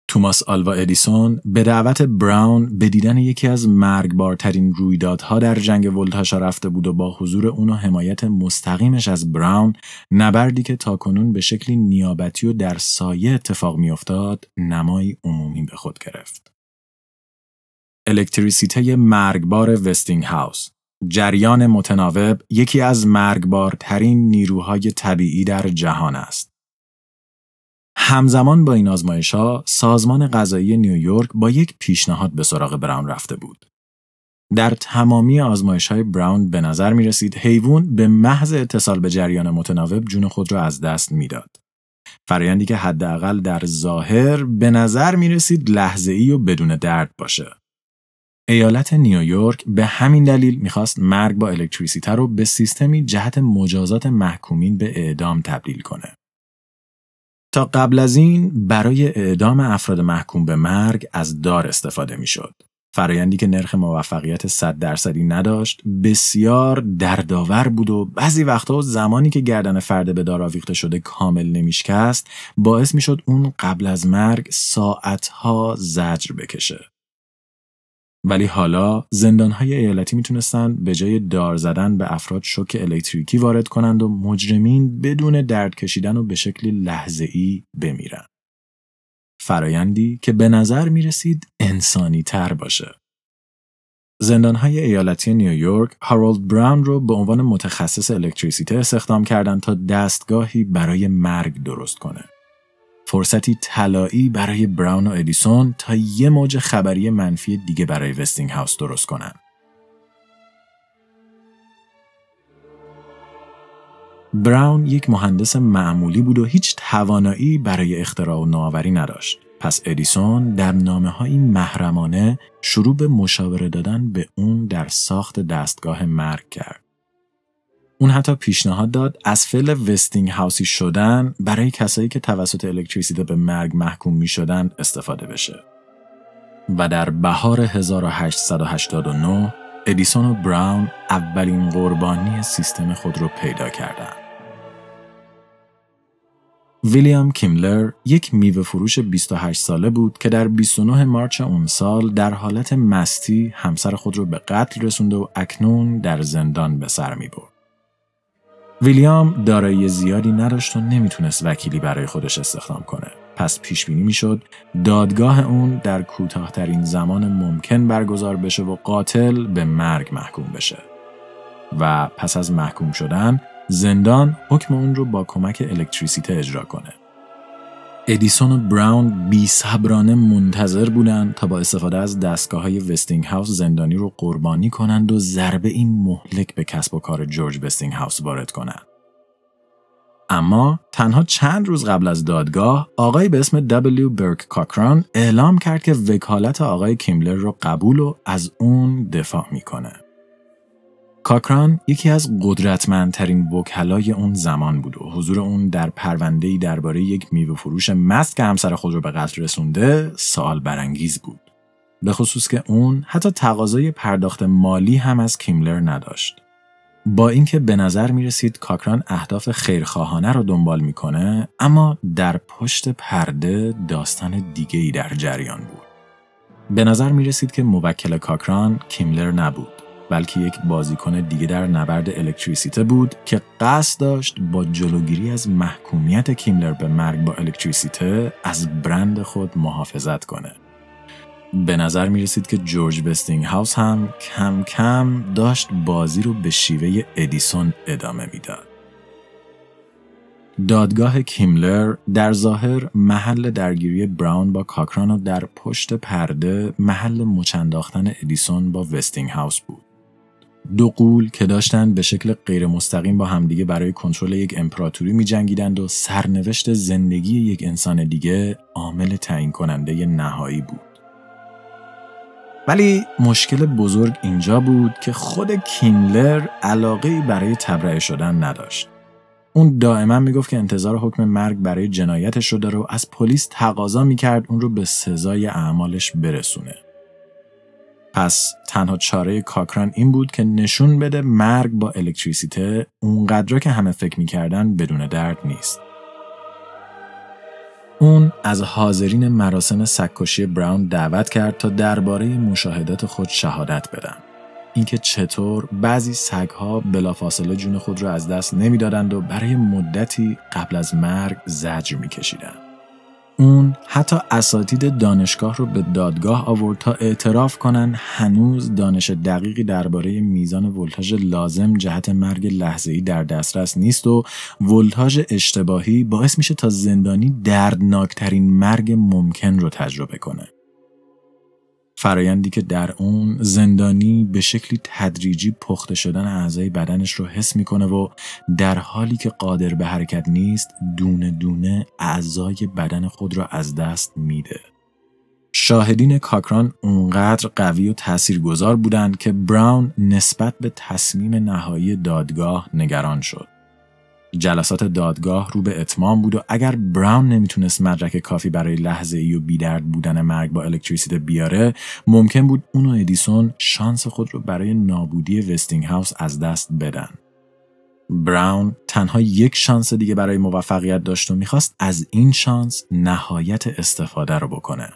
توماس آلوا ادیسون به دعوت براون به دیدن یکی از مرگبارترین رویدادها در جنگ ولتاشا رفته بود و با حضور اون و حمایت مستقیمش از براون، نبردی که تاکنون به شکلی نیابتی و در سایه اتفاق میافتاد نمایی عمومی به خود گرفت. الکتریسیته مرگبار وستینگ هاوس، جریان متناوب، یکی از مرگبارترین نیروهای طبیعی در جهان است. همزمان با این آزمایش‌ها، سازمان قضایی نیویورک با یک پیشنهاد به سراغ براون رفته بود. در تمامی آزمایش‌های براون به نظر می‌رسید حیوان به محض اتصال به جریان متناوب جون خود را از دست می‌داد. فرآیندی که حداقل در ظاهر به نظر می‌رسید لحظه‌ای و بدون درد باشه. ایالت نیویورک به همین دلیل می‌خواست مرگ با الکتریسیته رو به سیستمی جهت مجازات محکومین به اعدام تبدیل کنه. تا قبل از این برای اعدام افراد محکوم به مرگ از دار استفاده می‌شد. فرآیندی که نرخ موفقیت 100% نداشت، بسیار دردآور بود و بعضی وقتا زمانی که گردن فرد به دار آویخته شده کامل نمی‌شکست، باعث می‌شد اون قبل از مرگ ساعت‌ها زجر بکشه. ولی حالا زندان‌های ایالتی میتونستند به جای دار زدن به افراد شوک الکتریکی وارد کنند و مجرمین بدون درد کشیدن و به شکلی لحظه‌ای بمیرن. فرایندی که به نظر میرسید انسانی تر باشه. زندان‌های ایالتی نیویورک هارولد براون رو به عنوان متخصص الکتریسیته استخدام کردند تا دستگاهی برای مرگ درست کنه. فرصتی طلایی برای براون و ادیسون تا یه موج خبری منفی دیگه برای وستینگ هاوس درست کنن. براون یک مهندس معمولی بود و هیچ توانایی برای اختراع و نوآوری نداشت. پس ادیسون در نامه‌های محرمانه شروع به مشاوره دادن به اون در ساخت دستگاه مرگ کرد. اون حتی پیشنهاد داد از فعل وستینگ هاوسی شدن برای کسایی که توسط الکتریسیته به مرگ محکوم می شدن استفاده بشه. و در بهار 1889 ادیسون و براون اولین قربانی سیستم خود رو پیدا کردند. ویلیام کیملر یک میوه فروش 28 ساله بود که در 29 مارچ اون سال در حالت مستی همسر خود رو به قتل رسونده و اکنون در زندان به سر می برد. ویلیام دارایی زیادی نداشت و نمیتونست وکیلی برای خودش استخدام کنه. پس پیش بینی میشد دادگاه اون در کوتاه‌ترین زمان ممکن برگزار بشه و قاتل به مرگ محکوم بشه. و پس از محکوم شدن، زندان حکم اون رو با کمک الکتریسیته اجرا کنه. ادیسون و براون بی‌صبرانه منتظر بودند تا با استفاده از دستگاه‌های وستینگ هاوس زندانی رو قربانی کنند و ضربه این مهلک به کسب و کار جورج وستینگ هاوس وارد کنند. اما تنها چند روز قبل از دادگاه، آقای به اسم دبلیو برک کاکران اعلام کرد که وکالت آقای کیملر رو قبول و از اون دفاع میکنه. کاکران یکی از قدرتمندترین وکلای اون زمان بود و حضور اون در پرونده‌ای درباره یک میوه فروش مست که همسر خود رو به قتل رسونده سوال برانگیز بود. به خصوص که اون حتی تقاضای پرداخت مالی هم از کیملر نداشت. با اینکه به نظر می رسید کاکران اهداف خیرخواهانه رو دنبال میکنه، اما در پشت پرده داستان دیگه‌ای در جریان بود. به نظر می رسید که موکل کاکران کیملر نبود، بلکه یک بازیکن دیگه در نبرد الکتریسیته بود که قصد داشت با جلوگیری از محکومیت کیملر به مرگ با الکتریسیته از برند خود محافظت کنه. به نظر می رسید که جورج وستینگ هاوس هم کم کم داشت بازی رو به شیوه ادیسون ادامه میداد. دادگاه کیملر در ظاهر محل درگیری براون با کاکران و در پشت پرده محل مچنداختن ادیسون با وستینگ هاوس بود. دو غول که داشتند به شکل غیر مستقیم با همدیگه برای کنترل یک امپراتوری می جنگیدند و سرنوشت زندگی یک انسان دیگه عامل تعیین کننده نهایی بود. ولی مشکل بزرگ اینجا بود که خود کیملر علاقه‌ای برای تبرئه شدن نداشت. اون دائما میگفت که انتظار حکم مرگ برای جنایتش رو داره و از پلیس تقاضا میکرد اون رو به سزای اعمالش برسونه. پس تنها چاره کاکران این بود که نشون بده مرگ با الکتریسیته اونقدر که همه فکر میکردن بدون درد نیست. اون از حاضرین مراسم سگ‌کشی براون دعوت کرد تا درباره مشاهدات خود شهادت بدن. اینکه چطور بعضی سگ‌ها بلافاصله جون خود را از دست نمی‌دادند و برای مدتی قبل از مرگ زجر می‌کشیدند. اون حتی اساتید دانشگاه رو به دادگاه آورد تا اعتراف کنن هنوز دانش دقیقی درباره میزان ولتاژ لازم جهت مرگ لحظه‌ای در دسترس نیست و ولتاژ اشتباهی باعث میشه تا زندانی دردناکترین مرگ ممکن رو تجربه کنه. فرایندی که در اون زندانی به شکلی تدریجی پخته شدن اعضای بدنش رو حس میکنه و در حالی که قادر به حرکت نیست دونه دونه اعضای بدن خود را از دست میده. شاهدین کاکران اونقدر قوی و تاثیرگذار بودند که براون نسبت به تصمیم نهایی دادگاه نگران شد. جلسات دادگاه رو به اتمام بود و اگر براون نمیتونست مدرک کافی برای لحظه‌ای و بی‌درد بودن مرگ با الکتریسیته بیاره، ممکن بود اون و ادیسون شانس خود رو برای نابودی وستینگ هاوس از دست بدن. براون تنها یک شانس دیگه برای موفقیت داشت و میخواست از این شانس نهایت استفاده رو بکنه.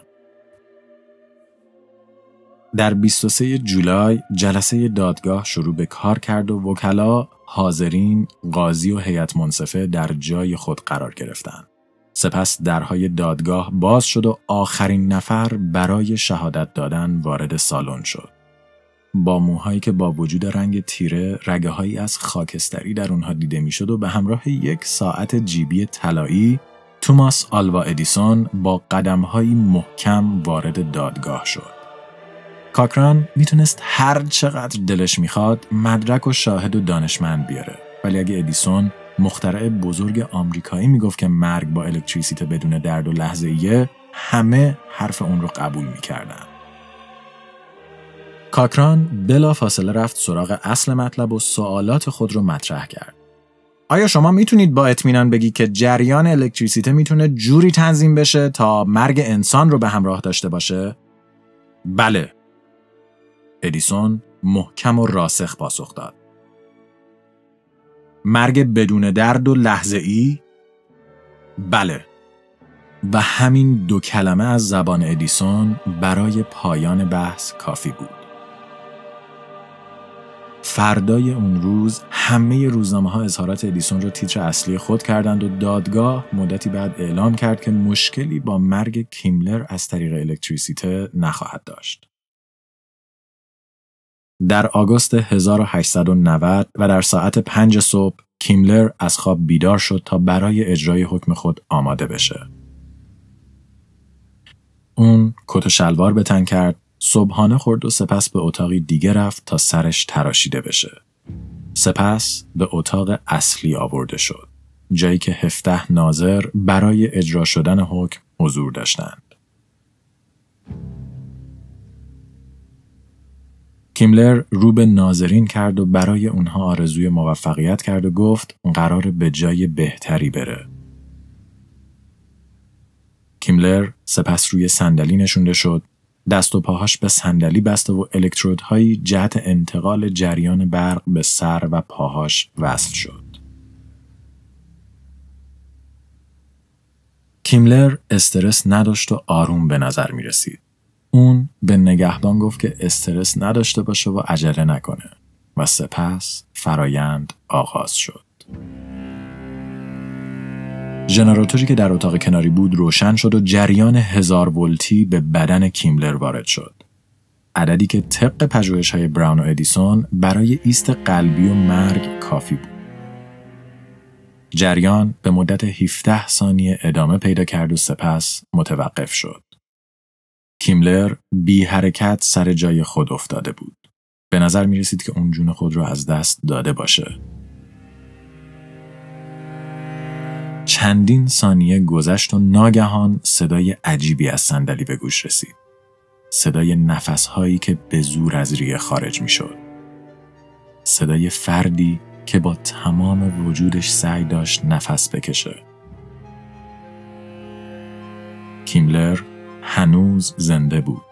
در 23 جولای جلسه دادگاه شروع به کار کرد و وکلا، حاضرین، قاضی و هیئت منصفه در جای خود قرار گرفتند. سپس درهای دادگاه باز شد و آخرین نفر برای شهادت دادن وارد سالن شد. با موهایی که با وجود رنگ تیره رگه‌هایی از خاکستری در اونها دیده میشد و به همراه یک ساعت جیبی طلایی، توماس آلوا ادیسون با قدم‌هایی محکم وارد دادگاه شد. کاکران میتونست هر چقدر دلش میخواد مدرک و شاهد و دانشمند بیاره، ولی اگه ادیسون مخترع بزرگ آمریکایی میگفت که مرگ با الکتریسیته بدون درد و لحظه‌ایه، همه حرف اون رو قبول میکردن. کاکران بلافاصله رفت سراغ اصل مطلب و سوالات خود رو مطرح کرد. آیا شما میتونید با اطمینان بگی که جریان الکتریسیته میتونه جوری تنظیم بشه تا مرگ انسان رو به همراه داشته باشه؟ بله. ادیسون محکم و راسخ پاسخ داد. مرگ بدون درد و لحظه‌ای؟ بله. و همین دو کلمه از زبان ادیسون برای پایان بحث کافی بود. فردای اون روز همه روزنامه‌ها اظهارات ادیسون رو تیتر اصلی خود کردند و دادگاه مدتی بعد اعلام کرد که مشکلی با مرگ کیملر از طریق الکتریسیته نخواهد داشت. در آگوست 1890 و در ساعت 5 صبح کیملر از خواب بیدار شد تا برای اجرای حکم خود آماده بشه. اون کت و شلوار به تن کرد، صبحانه خورد و سپس به اتاقی دیگه رفت تا سرش تراشیده بشه. سپس به اتاق اصلی آورده شد، جایی که 17 ناظر برای اجرا شدن حکم حضور داشتند. کیملر رو به ناظرین کرد و برای اونها آرزوی موفقیت کرد و گفت قراره به جای بهتری بره. کیملر سپس روی صندلی نشونده شد، دست و پاهاش به صندلی بسته و الکترودهایی جهت انتقال جریان برق به سر و پاهاش وصل شد. کیملر استرس نداشت و آروم به نظر می رسید. اون به نگهبان گفت که استرس نداشته باشه و عجله نکنه و سپس فرایند آغاز شد. ژنراتوری که در اتاق کناری بود روشن شد و جریان 1000 ولتی به بدن کیملر وارد شد. عددی که طبق پژوهش‌های براون و ادیسون برای ایست قلبی و مرگ کافی بود. جریان به مدت 17 ثانیه ادامه پیدا کرد و سپس متوقف شد. کیملر بی حرکت سر جای خود افتاده بود. به نظر می رسید که اون جون خود رو از دست داده باشه. چندین ثانیه گذشت و ناگهان صدای عجیبی از صندلی به گوش رسید. صدای نفس‌هایی که به زور از ریه خارج می شد. صدای فردی که با تمام وجودش سعی داشت نفس بکشه. کیملر هنوز زنده بود.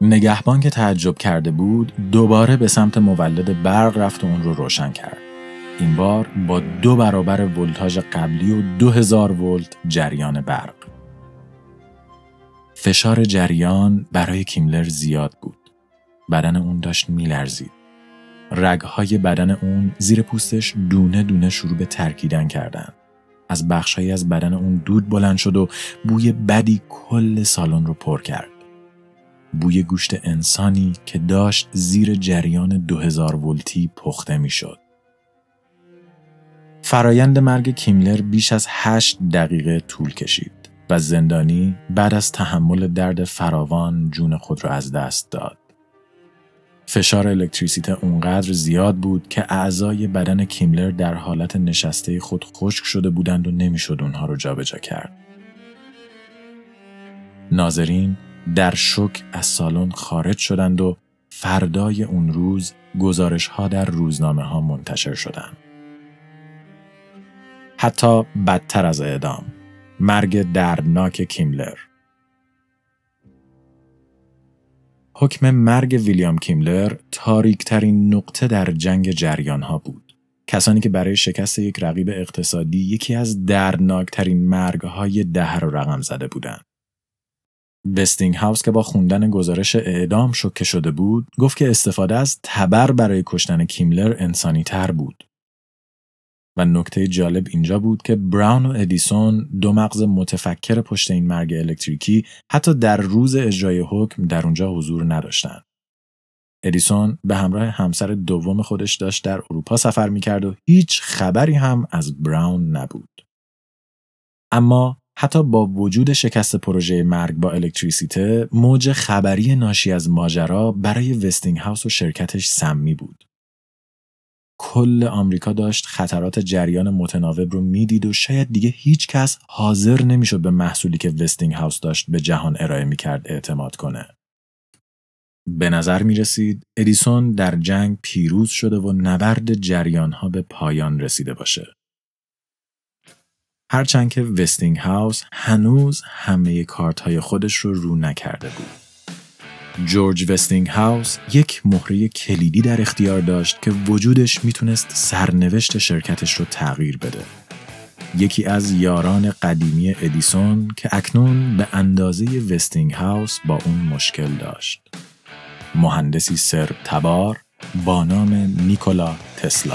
نگهبان که تعجب کرده بود دوباره به سمت مولد برق رفت و اون رو روشن کرد. این بار با 2 برابر ولتاژ قبلی و 2000 ولت جریان برق. فشار جریان برای کیملر زیاد بود. بدن اون داشت میلرزید. رگ‌های بدن اون زیر پوستش دونه دونه شروع به ترکیدن کردن. از بخشایی از بدن اون دود بلند شد و بوی بدی کل سالن رو پر کرد. بوی گوشت انسانی که داشت زیر جریان 2000 ولتی پخته میشد. فرایند مرگ کیملر بیش از 8 دقیقه طول کشید و زندانی بعد از تحمل درد فراوان جون خود را از دست داد. فشار الکتریسیته اونقدر زیاد بود که اعضای بدن کیملر در حالت نشسته خود خشک شده بودند و نمیشد اونها رو جابجا کرد. ناظرین در شوک از سالن خارج شدند و فردای اون روز گزارش‌ها در روزنامه‌ها منتشر شدند. حتی بدتر از اعدام، مرگ دردناک کیملر. حکم مرگ ویلیام کیملر تاریک‌ترین نقطه در جنگ جریان‌ها بود. کسانی که برای شکست یک رقیب اقتصادی یکی از دردناکترین مرگ‌های دهر رو رقم زده بودند. وستینگهاوس که با خوندن گزارش اعدام شوکه شده بود، گفت که استفاده از تبر برای کشتن کیملر انسانی‌تر بود. و نکته جالب اینجا بود که براون و ادیسون، 2 مغز متفکر پشت این مرگ الکتریکی، حتی در روز اجرای حکم در اونجا حضور نداشتند. ادیسون به همراه همسر دوم خودش داشت در اروپا سفر می‌کرد و هیچ خبری هم از براون نبود. اما حتی با وجود شکست پروژه مرگ با الکتریسیته، موج خبری ناشی از ماجرا برای وستینگهاوس و شرکتش سمی بود. کل آمریکا داشت خطرات جریان متناوب رو میدید و شاید دیگه هیچ کس حاضر نمیشد به محصولی که وستینگهاوس داشت به جهان ارائه میکرد اعتماد کنه. به نظر میرسید ادیسون در جنگ پیروز شده و نبرد جریانها به پایان رسیده باشه. هرچند که وستینگهاوس هنوز همه کارت‌های خودش رو نکرده بود. جورج وستینگهاوس یک مهره کلیدی در اختیار داشت که وجودش میتونست سرنوشت شرکتش رو تغییر بده. یکی از یاران قدیمی ادیسون که اکنون به اندازه وستینگهاوس با اون مشکل داشت. مهندسی سرب تبار با نام نیکولا تسلا.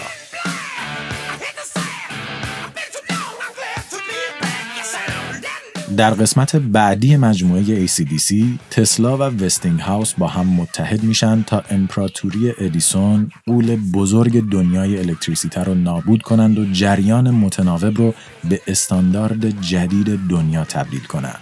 در قسمت بعدی مجموعه AC/DC، تسلا و وستینگهاوس با هم متحد میشن تا امپراتوری ادیسون، غول بزرگ دنیای الکتریسیته رو نابود کنند و جریان متناوب رو به استاندارد جدید دنیا تبدیل کنند.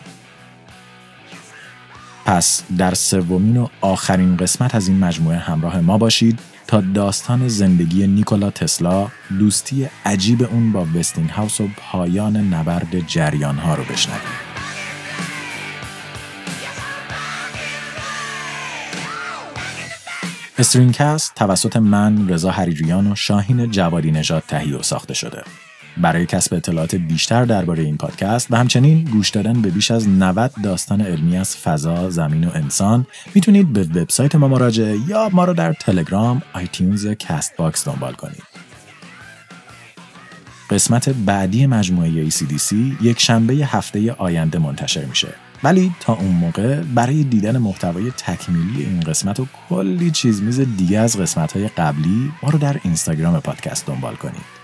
پس در 3مین و آخرین قسمت از این مجموعه همراه ما باشید تا داستان زندگی نیکولا تسلا، دوستی عجیب اون با وستینگهاوس و پایان نبرد جریان‌ها رو بشنوید. استرینگ‌کست توسط من، رضا حریریان و شاهین جوادی نژاد تهیه و ساخته شده. برای کسب اطلاعات بیشتر درباره این پادکست و همچنین گوش دادن به بیش از 90 داستان علمی از فضا، زمین و انسان، میتونید به وبسایت ما مراجعه یا ما رو در تلگرام، آیتیونز یا کست باکس دنبال کنید. قسمت بعدی مجموعه AC/DC یک شنبه هفته آینده منتشر میشه. ولی تا اون موقع برای دیدن محتوای تکمیلی این قسمت و کلی چیز میز دیگه از قسمت‌های قبلی، ما رو در اینستاگرام پادکست دنبال کنید.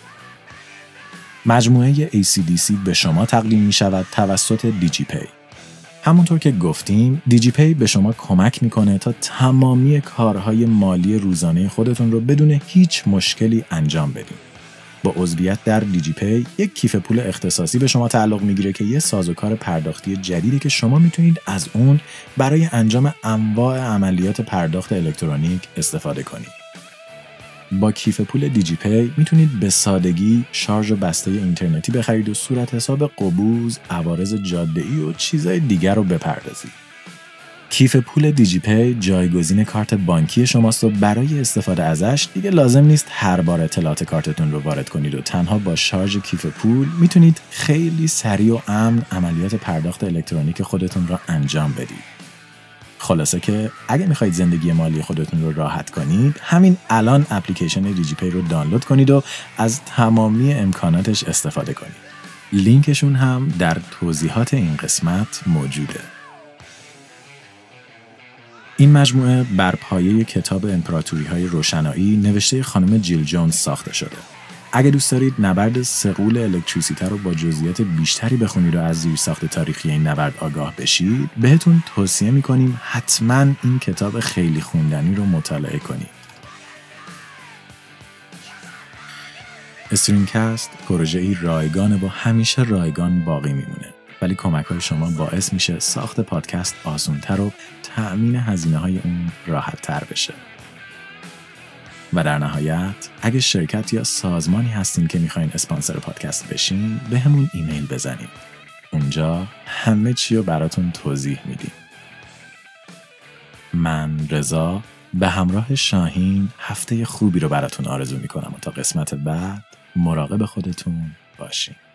مجموعه AC/DC به شما تقدیم می شود توسط دیجیپی. همونطور که گفتیم، دیجیپی به شما کمک میکنه تا تمامی کارهای مالی روزانه خودتون رو بدون هیچ مشکلی انجام بدید. با عضویت در دیجیپی، یک کیف پول اختصاصی به شما تعلق میگیره که یه سازوکار پرداختی جدیده که شما میتونید از اون برای انجام انواع عملیات پرداخت الکترونیک استفاده کنید. با کیف پول دیجیپی میتونید به سادگی شارژ و بسته اینترنتی بخرید و صورت حساب قبوز، عوارض جاده‌ای و چیزای دیگر رو بپردازید. کیف پول دیجیپی جایگزین کارت بانکی شماست و برای استفاده ازش دیگه لازم نیست هر بار اطلاعات کارتتون رو وارد کنید و تنها با شارژ کیف پول میتونید خیلی سریع و امن عملیات پرداخت الکترونیک خودتون را انجام بدید. خلاصه که اگه میخواید زندگی مالی خودتون رو راحت کنید، همین الان اپلیکیشن دیجیپی رو دانلود کنید و از تمامی امکاناتش استفاده کنید. لینکشون هم در توضیحات این قسمت موجوده. این مجموعه بر پایه کتاب امپراتوری‌های روشنایی نوشته خانم جیل جونز ساخته شده. اگه دوست دارید نبرد سقول الکتریسیته رو با جزئیات بیشتری بخونید و از زیرساخت تاریخی این نبرد آگاه بشید، بهتون توصیه می‌کنیم حتماً این کتاب خیلی خوندنی رو مطالعه کنید. استرینگ‌کست پروژه‌ای رایگانه و همیشه رایگان باقی میمونه. ولی کمک‌های شما باعث میشه ساخت پادکست آسان‌تر و تأمین هزینه‌های اون راحت‌تر بشه. و در نهایت اگه شرکت یا سازمانی هستین که میخواین اسپانسر پادکست بشین، به همون ایمیل بزنید. اونجا همه چی رو براتون توضیح میدیم. من رضا به همراه شاهین هفته خوبی رو براتون آرزو میکنم و تا قسمت بعد مراقب خودتون باشین.